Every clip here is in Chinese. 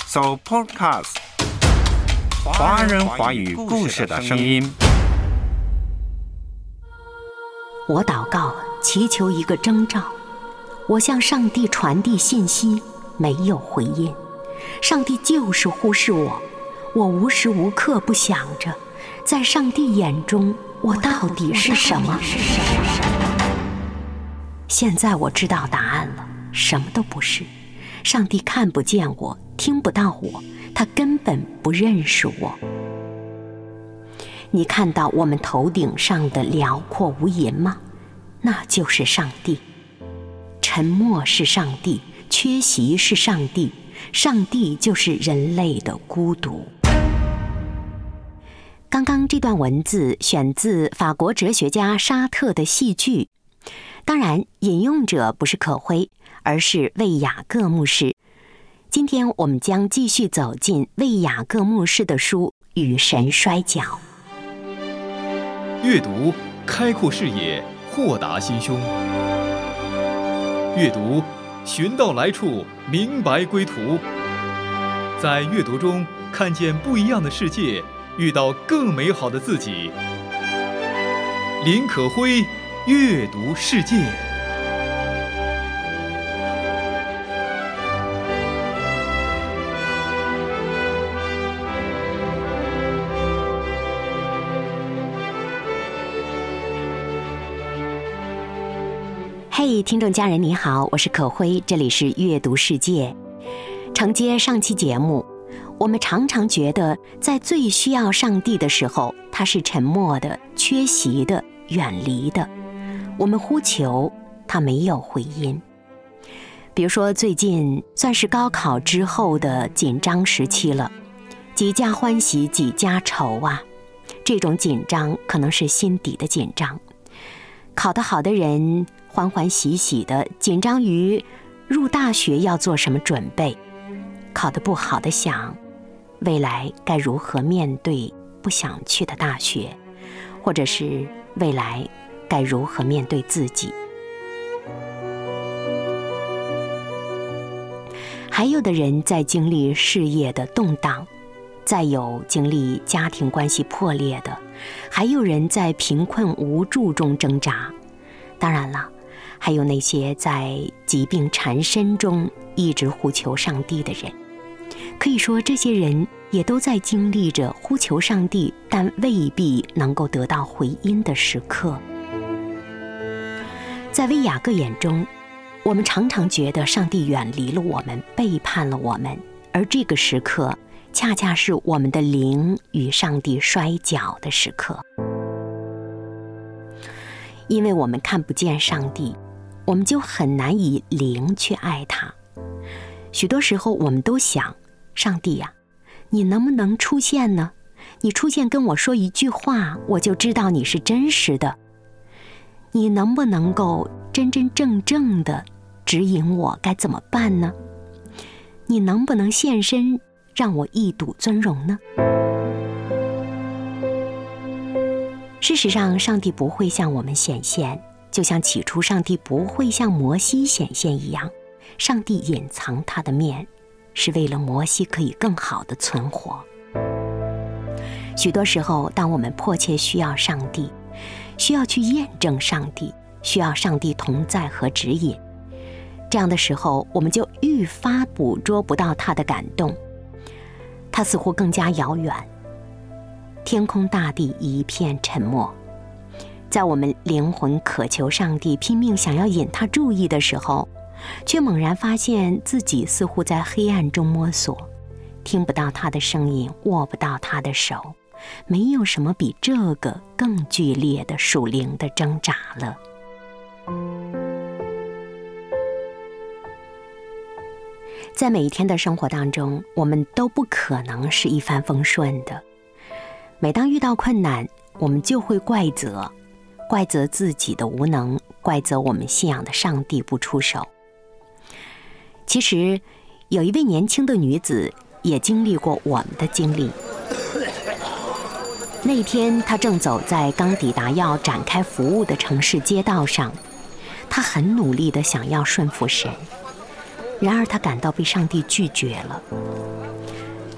So Podcast， 华人华语故事的声音。 我祷告，祈求一个征兆。我向上帝传递信息，没有回音。上帝就是忽视我，我无时无刻不想着，在上帝眼中，我到底是什么？现在我知道答案了，什么都不是。上帝看不见我，听不到我，他根本不认识我。你看到我们头顶上的辽阔无垠吗？那就是上帝。沉默是上帝，缺席是上帝，上帝就是人类的孤独。刚刚这段文字选自法国哲学家沙特的戏剧，当然引用者不是可辉，而是魏雅各牧师。今天我们将继续走进魏雅各牧师的书《与神摔跤》。 阅读开阔视野，豁达心胸。阅读寻到来处，明白归途。在阅读中看见不一样的世界，遇到更美好的自己。林可辉阅读世界。 嘿，听众家人你好，我是可辉，这里是阅读世界。承接上期节目，我们常常觉得在最需要上帝的时候，他是沉默的、缺席的、远离的。我们呼求，他没有回音。比如说最近算是高考之后的紧张时期了，几家欢喜几家愁啊，这种紧张可能是心底的紧张。考得好的人欢欢喜喜的紧张于入大学要做什么准备，考得不好的想未来该如何面对不想去的大学，或者是未来该如何面对自己。还有的人在经历事业的动荡，再有经历家庭关系破裂的，还有人在贫困无助中挣扎。当然了，还有那些在疾病缠身中一直呼求上帝的人。可以说这些人也都在经历着呼求上帝但未必能够得到回音的时刻。在魏雅各眼中，我们常常觉得上帝远离了我们，背叛了我们，而这个时刻恰恰是我们的灵与上帝摔跤的时刻。因为我们看不见上帝，我们就很难以灵去爱他。许多时候我们都想，上帝呀，你能不能出现呢？你出现跟我说一句话，我就知道你是真实的。你能不能够真真正正的指引我该怎么办呢？你能不能现身让我一睹尊荣呢？事实上，上帝不会向我们显现，就像起初上帝不会向摩西显现一样。上帝隐藏他的面，是为了摩西可以更好的存活。许多时候，当我们迫切需要上帝，需要去验证上帝，需要上帝同在和指引，这样的时候，我们就愈发捕捉不到他的感动，他似乎更加遥远。天空大地一片沉默。在我们灵魂渴求上帝，拼命想要引他注意的时候，却猛然发现自己似乎在黑暗中摸索，听不到他的声音，握不到他的手。没有什么比这个更剧烈的属灵的挣扎了。在每一天的生活当中，我们都不可能是一帆风顺的。每当遇到困难，我们就会怪责自己的无能，怪责我们信仰的上帝不出手。其实有一位年轻的女子也经历过我们的经历。那天她正走在刚抵达要展开服务的城市街道上，她很努力地想要顺服神，然而她感到被上帝拒绝了。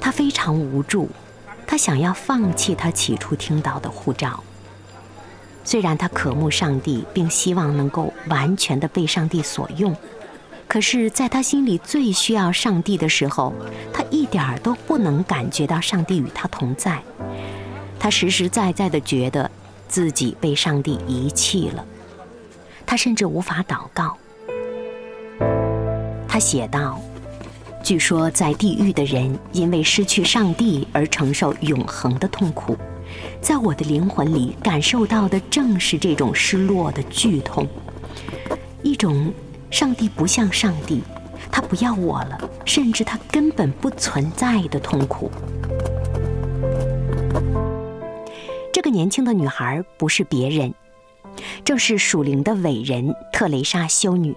他非常无助，他想要放弃他起初听到的呼召。虽然他渴慕上帝，并希望能够完全地被上帝所用，可是在他心里最需要上帝的时候，他一点儿都不能感觉到上帝与他同在。他实实在在地觉得自己被上帝遗弃了，他甚至无法祷告。他写道，据说在地狱的人因为失去上帝而承受永恒的痛苦，在我的灵魂里感受到的正是这种失落的剧痛，一种上帝不像上帝，他不要我了，甚至他根本不存在的痛苦。这个年轻的女孩不是别人，正是属灵的伟人特蕾莎修女。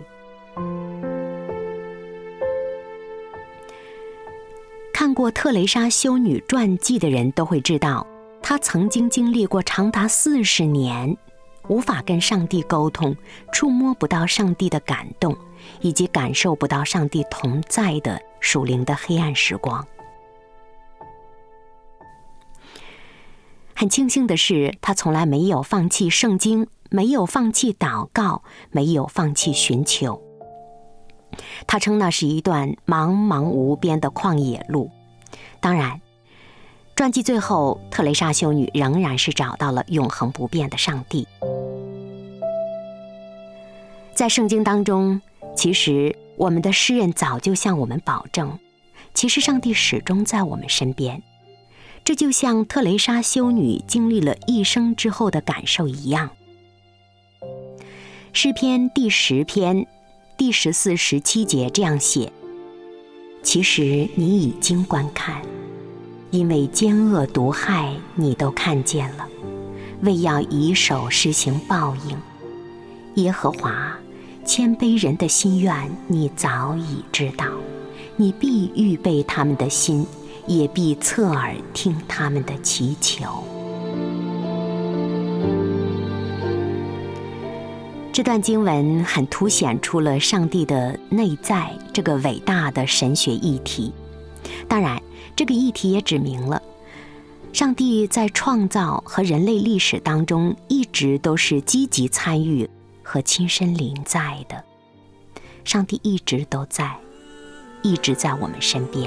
看过特蕾莎修女传记的人都会知道，她曾经经历过长达40年无法跟上帝沟通，触摸不到上帝的感动，以及感受不到上帝同在的属灵的黑暗时光。很庆幸的是，她从来没有放弃圣经，没有放弃祷告，没有放弃寻求。他称那是一段茫茫无边的旷野路。当然，传记最后，特蕾莎修女仍然是找到了永恒不变的上帝。在圣经当中，其实我们的诗人早就向我们保证，其实上帝始终在我们身边。这就像特蕾莎修女经历了一生之后的感受一样。诗篇第10篇第14、17节这样写：其实你已经观看，因为奸恶毒害你都看见了，为要以手施行报应。耶和华，谦卑人的心愿你早已知道，你必预备他们的心，也必侧耳听他们的祈求。这段经文很凸显出了上帝的内在这个伟大的神学议题。当然，这个议题也指明了，上帝在创造和人类历史当中一直都是积极参与和亲身临在的。上帝一直都在，一直在我们身边。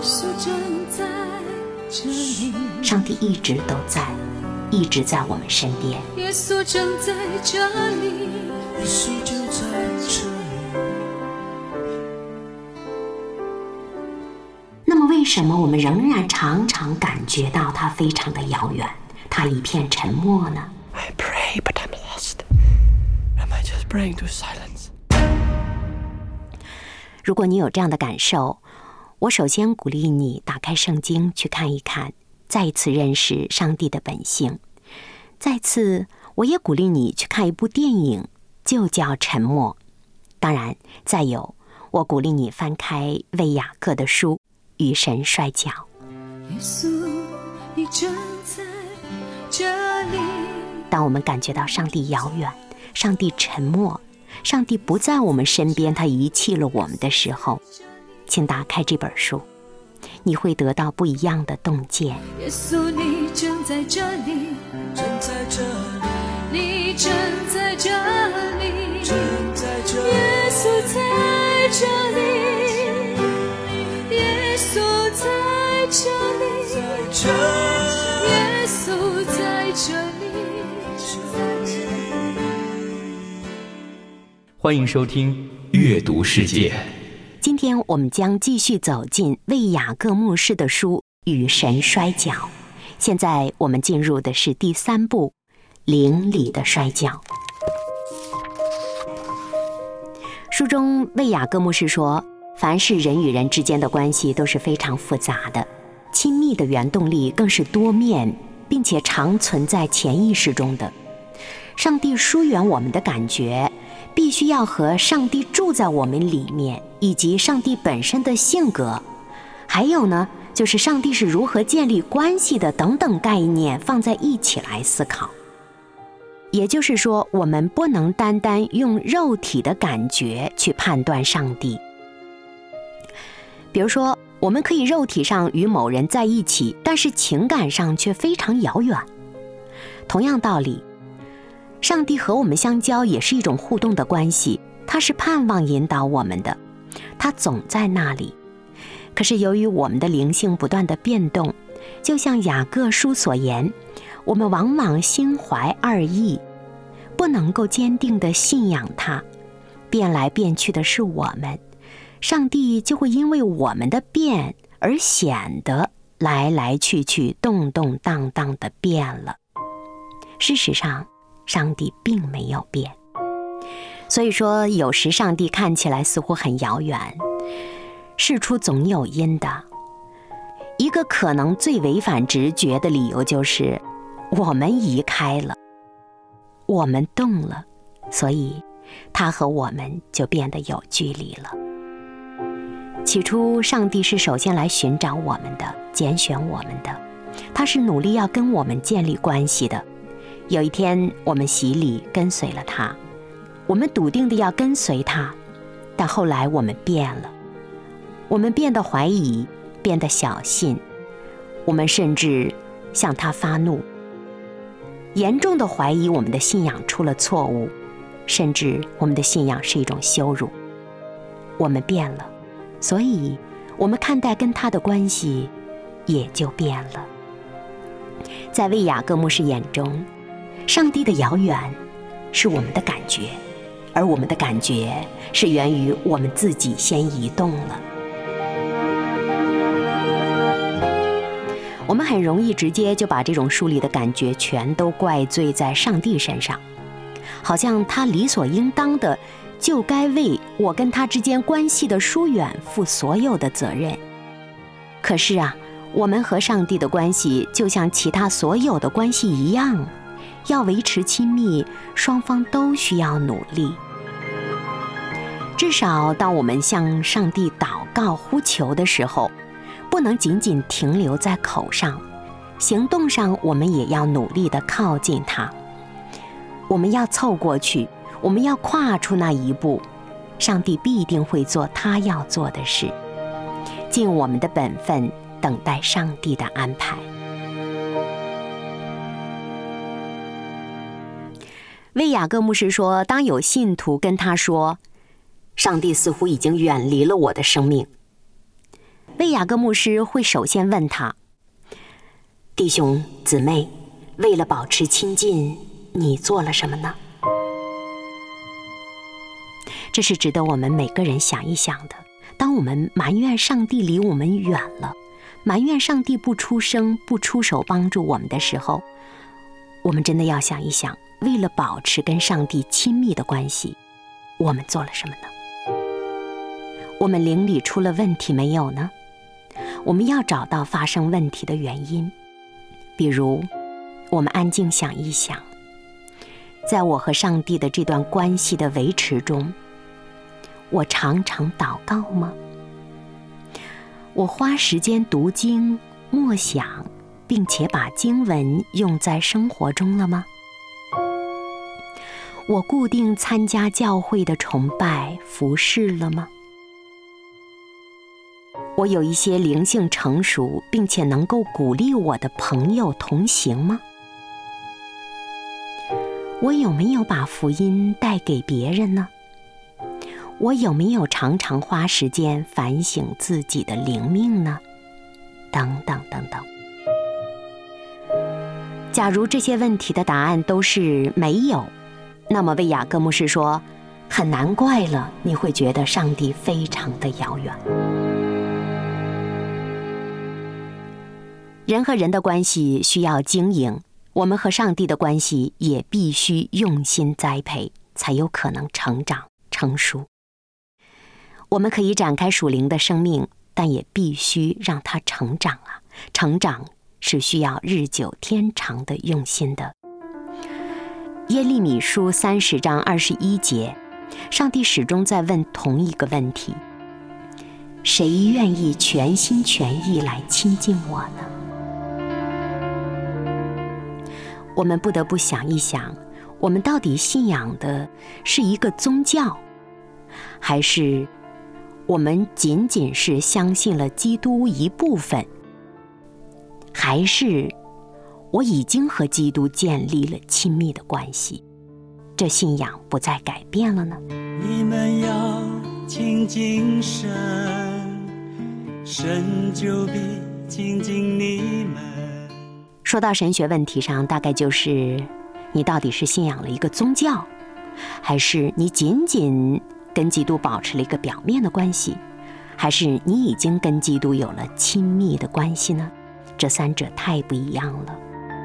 上帝一直都在，一直在我们身边。 耶稣正在这里，耶稣就在这里。 那么为什么我们仍然常常感觉到它非常的遥远，它一片沉默呢？ I pray, but I'm lost. Am I just praying to silence? 如果你有这样的感受，我首先鼓励你打开圣经去看一看，再一次认识上帝的本性。再次，我也鼓励你去看一部电影，就叫《沉默》。当然，再有，我鼓励你翻开魏雅各的书《与神摔跤》。 耶稣，你正在这里。 当我们感觉到上帝遥远，上帝沉默，上帝不在我们身边，他遗弃了我们的时候，请打开这本书，你会得到不一样的洞见。 耶稣，你正在这里，正在这里，你正在这里，正在这里。耶稣在这里，耶稣在这里，耶稣在这里。 欢迎收听阅读世界。 今天我们将继续走进魏雅各牧师的书《与神摔跤》。现在我们进入的是第3部，灵里的摔跤。书中魏雅各牧师说，凡是人与人之间的关系都是非常复杂的，亲密的原动力更是多面，并且常存在潜意识中的。上帝疏远我们的感觉必须要和上帝住在我们里面，以及上帝本身的性格，还有呢，就是上帝是如何建立关系的等等概念放在一起来思考。也就是说，我们不能单单用肉体的感觉去判断上帝。 比如说，我们可以肉体上与某人在一起，但是情感上却非常遥远。同样道理，上帝和我们相交也是一种互动的关系，他是盼望引导我们的，他总在那里。可是由于我们的灵性不断的变动，就像雅各书所言，我们往往心怀二意，不能够坚定地信仰他，变来变去的是我们，上帝就会因为我们的变而显得来来去去、动动荡荡的变了。事实上，上帝并没有变。所以说，有时上帝看起来似乎很遥远，事出总有因的。一个可能最违反直觉的理由就是，我们移开了，我们动了，所以他和我们就变得有距离了。起初，上帝是首先来寻找我们的，拣选我们的，他是努力要跟我们建立关系的。有一天，我们洗礼跟随了他，我们笃定的要跟随他，但后来我们变了，我们变得怀疑，变得小信，我们甚至向他发怒，严重的怀疑我们的信仰出了错误，甚至我们的信仰是一种羞辱。我们变了，所以我们看待跟他的关系也就变了。在魏雅各牧师眼中，上帝的遥远是我们的感觉，而我们的感觉是源于我们自己先移动了。我们很容易直接就把这种疏离的感觉全都怪罪在上帝身上，好像他理所应当的就该为我跟他之间关系的疏远负所有的责任。可是啊，我们和上帝的关系就像其他所有的关系一样，要维持亲密，双方都需要努力。至少当我们向上帝祷告呼求的时候，不能仅仅停留在口上，行动上我们也要努力地靠近他。我们要凑过去，我们要跨出那一步，上帝必定会做他要做的事，尽我们的本分，等待上帝的安排。魏雅各牧师说，当有信徒跟他说，上帝似乎已经远离了我的生命，魏雅各牧师会首先问他，弟兄姊妹，为了保持亲近，你做了什么呢？这是值得我们每个人想一想的。当我们埋怨上帝离我们远了，埋怨上帝不出声、不出手帮助我们的时候，我们真的要想一想，为了保持跟上帝亲密的关系，我们做了什么呢？我们灵里出了问题没有呢？我们要找到发生问题的原因。比如，我们安静想一想，在我和上帝的这段关系的维持中，我常常祷告吗？我花时间读经、默想，并且把经文用在生活中了吗？我固定参加教会的崇拜、服事了吗？我有一些灵性成熟并且能够鼓励我的朋友同行吗？我有没有把福音带给别人呢？我有没有常常花时间反省自己的灵命呢？等等等等。假如这些问题的答案都是没有，那么魏雅各牧师说，很难怪了，你会觉得上帝非常的遥远。人和人的关系需要经营，我们和上帝的关系也必须用心栽培，才有可能成长成熟。我们可以展开属灵的生命，但也必须让它成长啊！成长是需要日久天长的用心的。耶利米书30章21节，上帝始终在问同一个问题：谁愿意全心全意来亲近我呢？我们不得不想一想，我们到底信仰的是一个宗教，还是我们仅仅是相信了基督一部分，还是我已经和基督建立了亲密的关系，这信仰不再改变了呢？ 你们要亲近神，神就必亲近你们。 说到神学问题上，大概就是你到底是信仰了一个宗教，还是你仅仅跟基督保持了一个表面的关系，还是你已经跟基督有了亲密的关系呢？这三者太不一样了。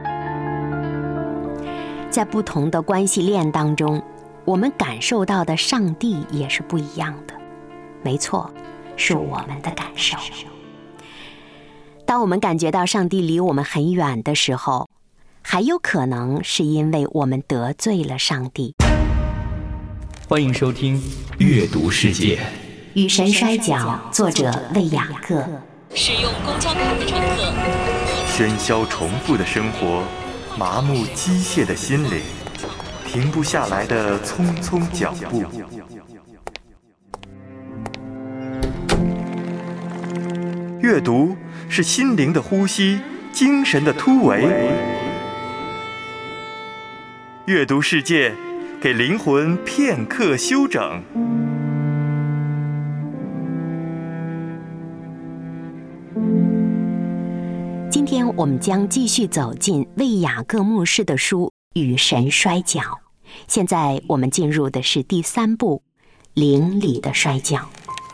在不同的关系链当中，我们感受到的上帝也是不一样的。没错，是我们的感受。当我们感觉到上帝离我们很远的时候，还有可能是因为我们得罪了上帝。 欢迎收听《阅读世界》。 与神摔跤，作者魏雅各。 使用公交卡的乘客。 喧嚣重复的生活，麻木机械的心灵，停不下来的匆匆脚步。阅读是心灵的呼吸，精神的突围。阅读世界，给灵魂片刻休整。 今天我们将继续走进魏雅各牧师的书《与神摔跤》。现在我们进入的是第3部，灵里的摔跤。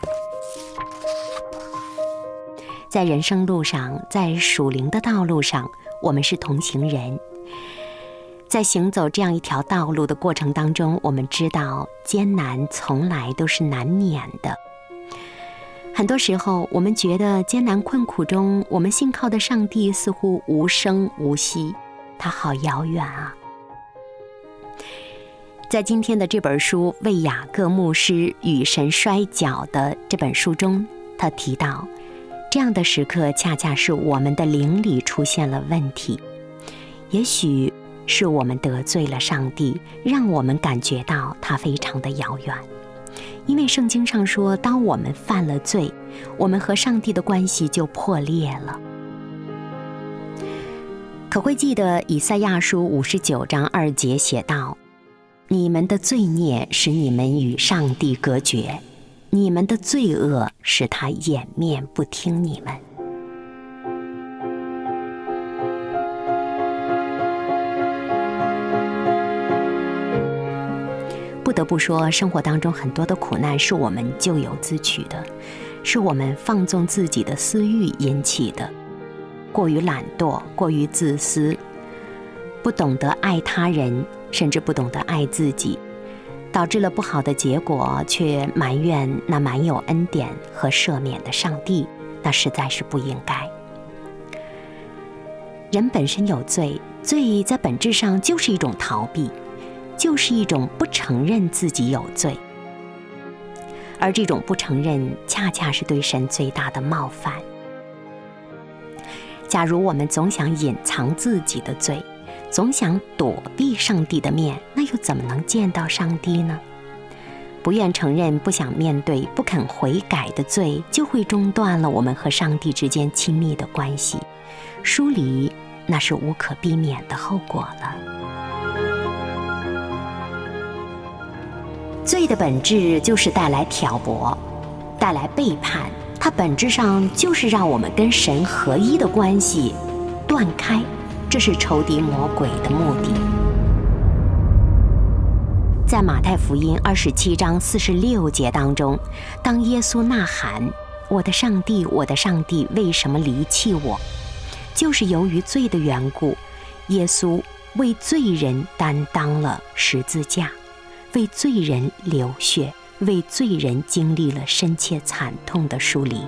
在人生路上，在属灵的道路上，我们是同行人。在行走这样一条道路的过程当中，我们知道艰难从来都是难免的。很多时候，我们觉得艰难困苦中，我们信靠的上帝似乎无声无息，他好遥远啊。在今天的这本书《魏雅各牧师与神摔跤》的这本书中，他提到，这样的时刻恰恰是我们的灵里出现了问题，也许是我们得罪了上帝，让我们感觉到他非常的遥远。因为圣经上说，当我们犯了罪，我们和上帝的关系就破裂了。可会记得以赛亚书59章2节写道，你们的罪孽使你们与上帝隔绝，你们的罪恶使他掩面不听你们。不得不说，生活当中很多的苦难是我们咎由自取的，是我们放纵自己的私欲引起的，过于懒惰，过于自私，不懂得爱他人，甚至不懂得爱自己，导致了不好的结果，却埋怨那满有恩典和赦免的上帝，那实在是不应该。人本身有罪，罪在本质上就是一种逃避，就是一种不承认自己有罪，而这种不承认恰恰是对神最大的冒犯。假如我们总想隐藏自己的罪，总想躲避上帝的面，那又怎么能见到上帝呢？不愿承认、不想面对、不肯悔改的罪，就会中断了我们和上帝之间亲密的关系，疏离那是无可避免的后果了。罪的本质就是带来挑拨，带来背叛，它本质上就是让我们跟神合一的关系断开，这是仇敌魔鬼的目的。在马太福音27章46节当中，当耶稣呐喊，我的上帝，我的上帝，为什么离弃我？就是由于罪的缘故，耶稣为罪人担当了十字架，为罪人流血，为罪人经历了深切惨痛的疏离。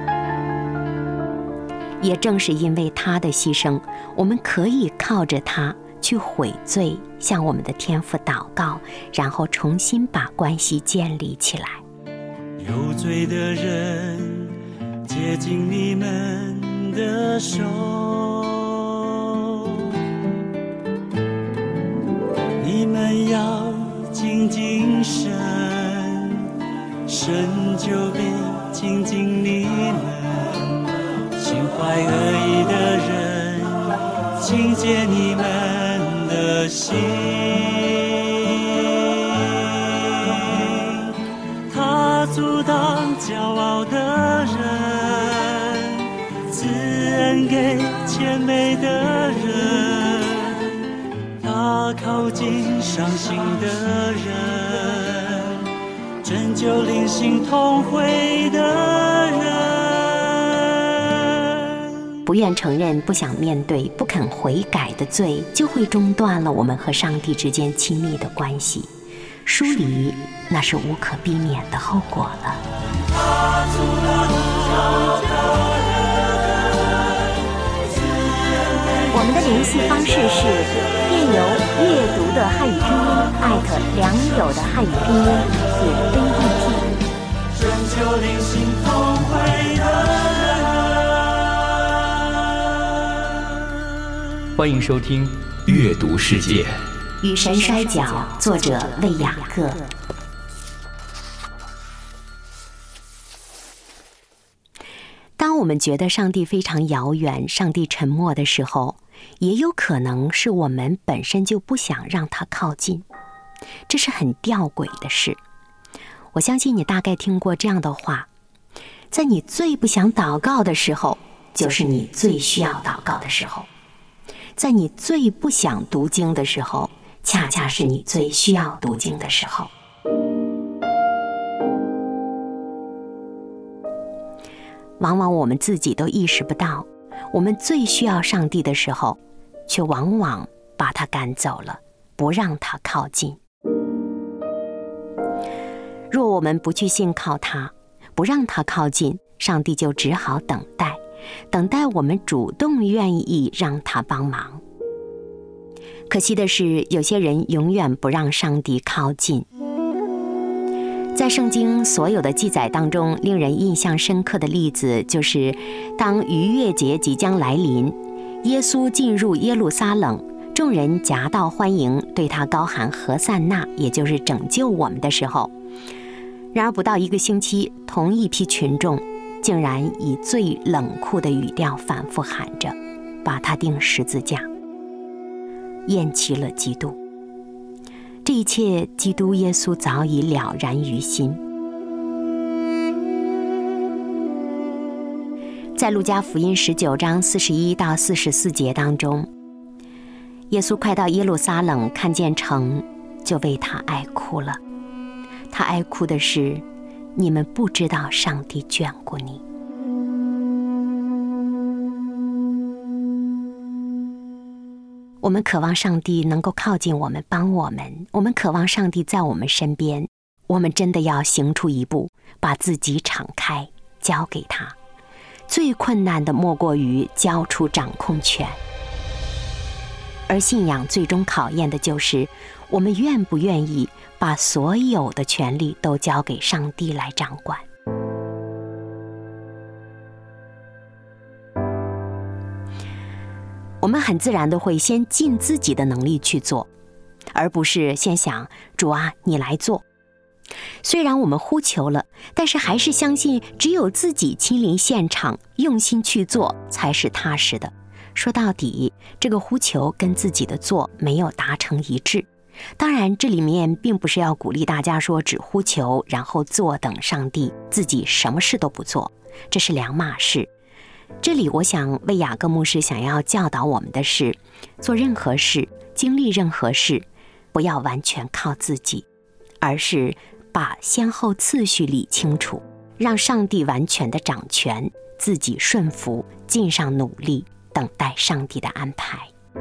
也正是因为他的牺牲，我们可以靠着他去悔罪，向我们的天父祷告，然后重新把关系建立起来。 有罪的人接近你们的手，你们要亲近神，神就必亲近你们，心怀恶意的人轻解你们的心。他阻挡骄傲的人，赐恩给谦卑的人，他靠近伤心的人，拯救灵性痛悔的人。 不愿承认、不想面对、不肯悔改的罪，就会中断了我们和上帝之间亲密的关系，疏离那是无可避免的后果了。我们的联系方式是电邮阅读的汉语拼音良友的汉语拼音AET。 拯救灵性痛悔的人。 欢迎收听《阅读世界》。 与神摔跤，作者魏雅各。当我们觉得上帝非常遥远，上帝沉默的时候，也有可能是我们本身就不想让他靠近，这是很吊诡的事。我相信你大概听过这样的话，在你最不想祷告的时候，就是你最需要祷告的时候；在你最不想读经的时候，恰恰是你最需要读经的时候。往往我们自己都意识不到，我们最需要上帝的时候，却往往把他赶走了，不让他靠近。若我们不去信靠他，不让他靠近，上帝就只好等待，等待我们主动愿意让他帮忙。可惜的是，有些人永远不让上帝靠近。在圣经所有的记载当中，令人印象深刻的例子就是，当逾越节即将来临，耶稣进入耶路撒冷，众人夹道欢迎，对他高喊和散那，也就是拯救我们的时候。然而不到1个星期，同一批群众竟然以最冷酷的语调反复喊着，把他钉十字架，厌弃了基督。这一切，基督耶稣早已了然于心。在路加福音19章41到44节当中，耶稣快到耶路撒冷，看见城，就为他哀哭了。他哀哭的是，你们不知道上帝眷顾你。我们渴望上帝能够靠近我们，帮我们，我们渴望上帝在我们身边，我们真的要行出一步，把自己敞开，交给他。最困难的莫过于交出掌控权，而信仰最终考验的就是我们愿不愿意把所有的权利都交给上帝来掌管。我们很自然的会先尽自己的能力去做，而不是先想，主啊，你来做。虽然我们呼求了，但是还是相信只有自己亲临现场，用心去做才是踏实的。说到底，这个呼求跟自己的做没有达成一致。当然，这里面并不是要鼓励大家说只呼求，然后坐等上帝，自己什么事都不做，这是两码事。这里我想为雅各牧师想要教导我们的是，做任何事，经历任何事，不要完全靠自己，而是把先后次序理清楚，让上帝完全的掌权，自己顺服，尽上努力，等待上帝的安排。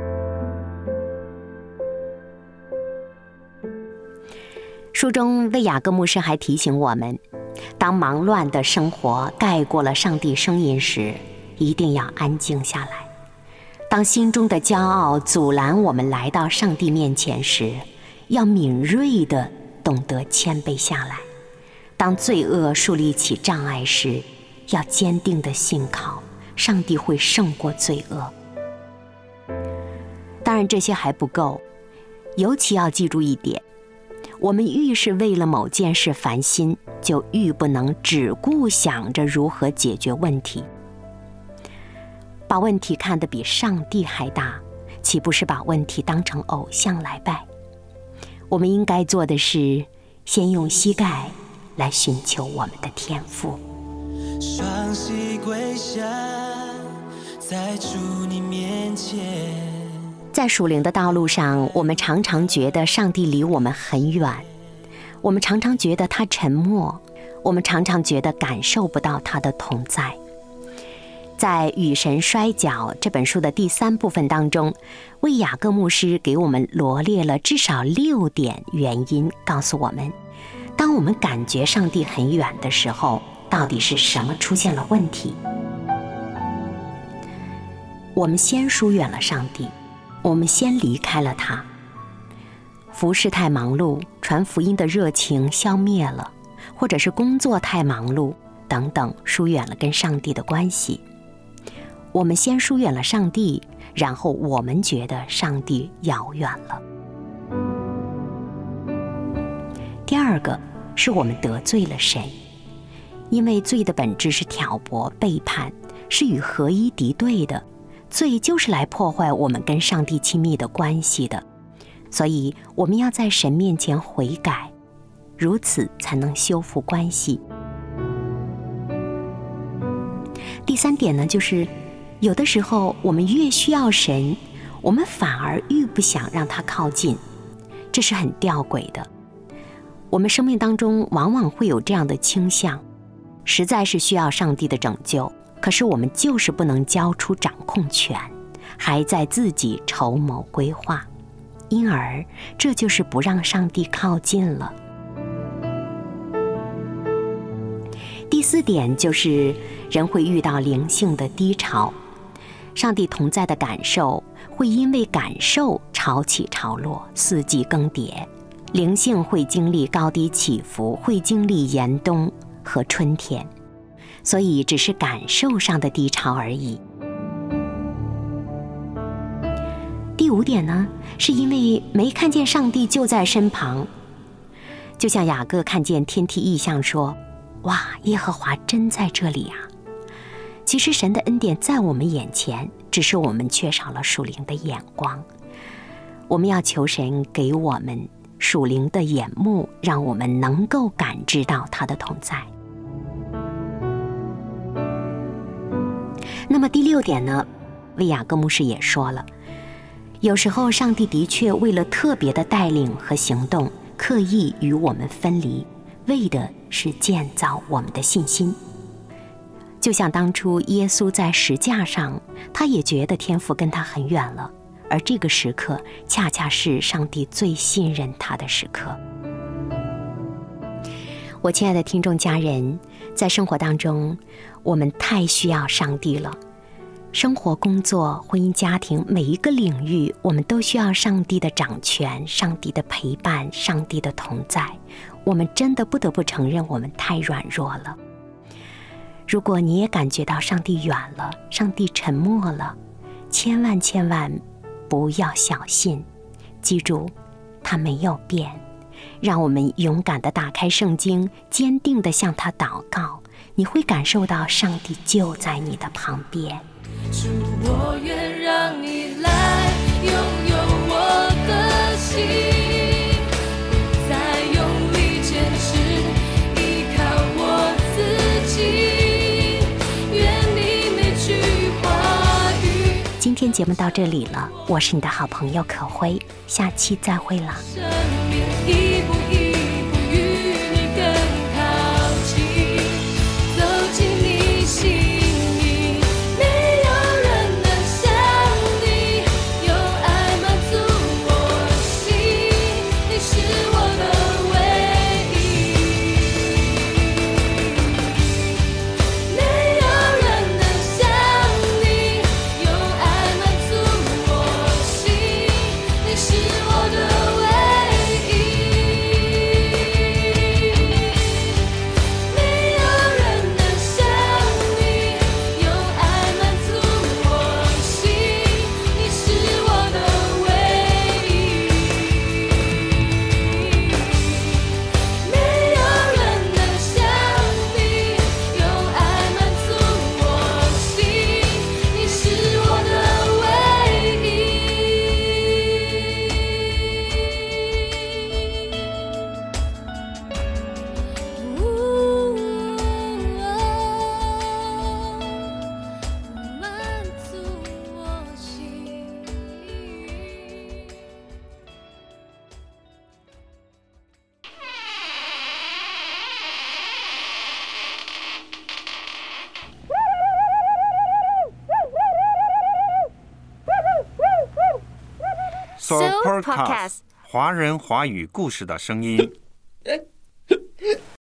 书中为雅各牧师还提醒我们，当忙乱的生活盖过了上帝声音时，一定要安静下来。当心中的骄傲阻拦我们来到上帝面前时，要敏锐地懂得谦卑下来。当罪恶树立起障碍时，要坚定地信靠上帝会胜过罪恶。当然这些还不够，尤其要记住一点， 我们愈是为了某件事烦心，就愈不能只顾想着如何解决问题。把问题看得比上帝还大，岂不是把问题当成偶像来拜？我们应该做的是，先用膝盖来寻求我们的天父。 双膝跪下，在主你面前。 在属灵的道路上，我们常常觉得上帝离我们很远，我们常常觉得他沉默，我们常常觉得感受不到他的同在。在《与神摔跤》这本书的第3部分当中，魏雅各牧师给我们罗列了至少6点原因，告诉我们，当我们感觉上帝很远的时候，到底是什么出现了问题？我们先疏远了上帝，我们先离开了他，服事太忙碌，传福音的热情消灭了，或者是工作太忙碌等等，疏远了跟上帝的关系。我们先疏远了上帝，然后我们觉得上帝遥远了。第2个是我们得罪了神，因为罪的本质是挑拨、背叛，是与合一敌对的，罪就是来破坏我们跟上帝亲密的关系的，所以我们要在神面前悔改，如此才能修复关系。第3点呢，就是有的时候我们越需要神，我们反而愈不想让他靠近，这是很吊诡的。我们生命当中往往会有这样的倾向，实在是需要上帝的拯救，可是我们就是不能交出掌控权，还在自己筹谋规划，因而这就是不让上帝靠近了。第4点就是人会遇到灵性的低潮，上帝同在的感受会因为感受潮起潮落，四季更迭，灵性会经历高低起伏，会经历严冬和春天，所以只是感受上的低潮而已。第5点呢，是因为没看见上帝就在身旁，就像雅各看见天体异象说，哇，耶和华真在这里啊！其实神的恩典在我们眼前，只是我们缺少了属灵的眼光。我们要求神给我们属灵的眼目，让我们能够感知到他的同在。那么第6点呢，魏雅各牧师也说了，有时候上帝的确为了特别的带领和行动，刻意与我们分离，为的是建造我们的信心。就像当初耶稣在石架上，他也觉得天父跟他很远了，而这个时刻恰恰是上帝最信任他的时刻。我亲爱的听众家人，在生活当中，我们太需要上帝了。生活、工作、婚姻、家庭，每一个领域，我们都需要上帝的掌权、上帝的陪伴、上帝的同在。我们真的不得不承认，我们太软弱了。如果你也感觉到上帝远了，上帝沉默了，千万不要小信，记住，他没有变。让我们勇敢地打开圣经，坚定地向他祷告，你会感受到上帝就在你的旁边。 主，我愿让你来拥有我的心，不再用力坚持，依靠我自己，愿你每句话语。 今天节目到这里了，我是你的好朋友可辉，下期再会了。 生命一步一步与你更靠近，走进你心里，没有人能像你，用爱满足我心，你是我的唯一，没有人能像你，用爱满足我心，你是我的唯一。 So Podcast， 华人华语故事的声音。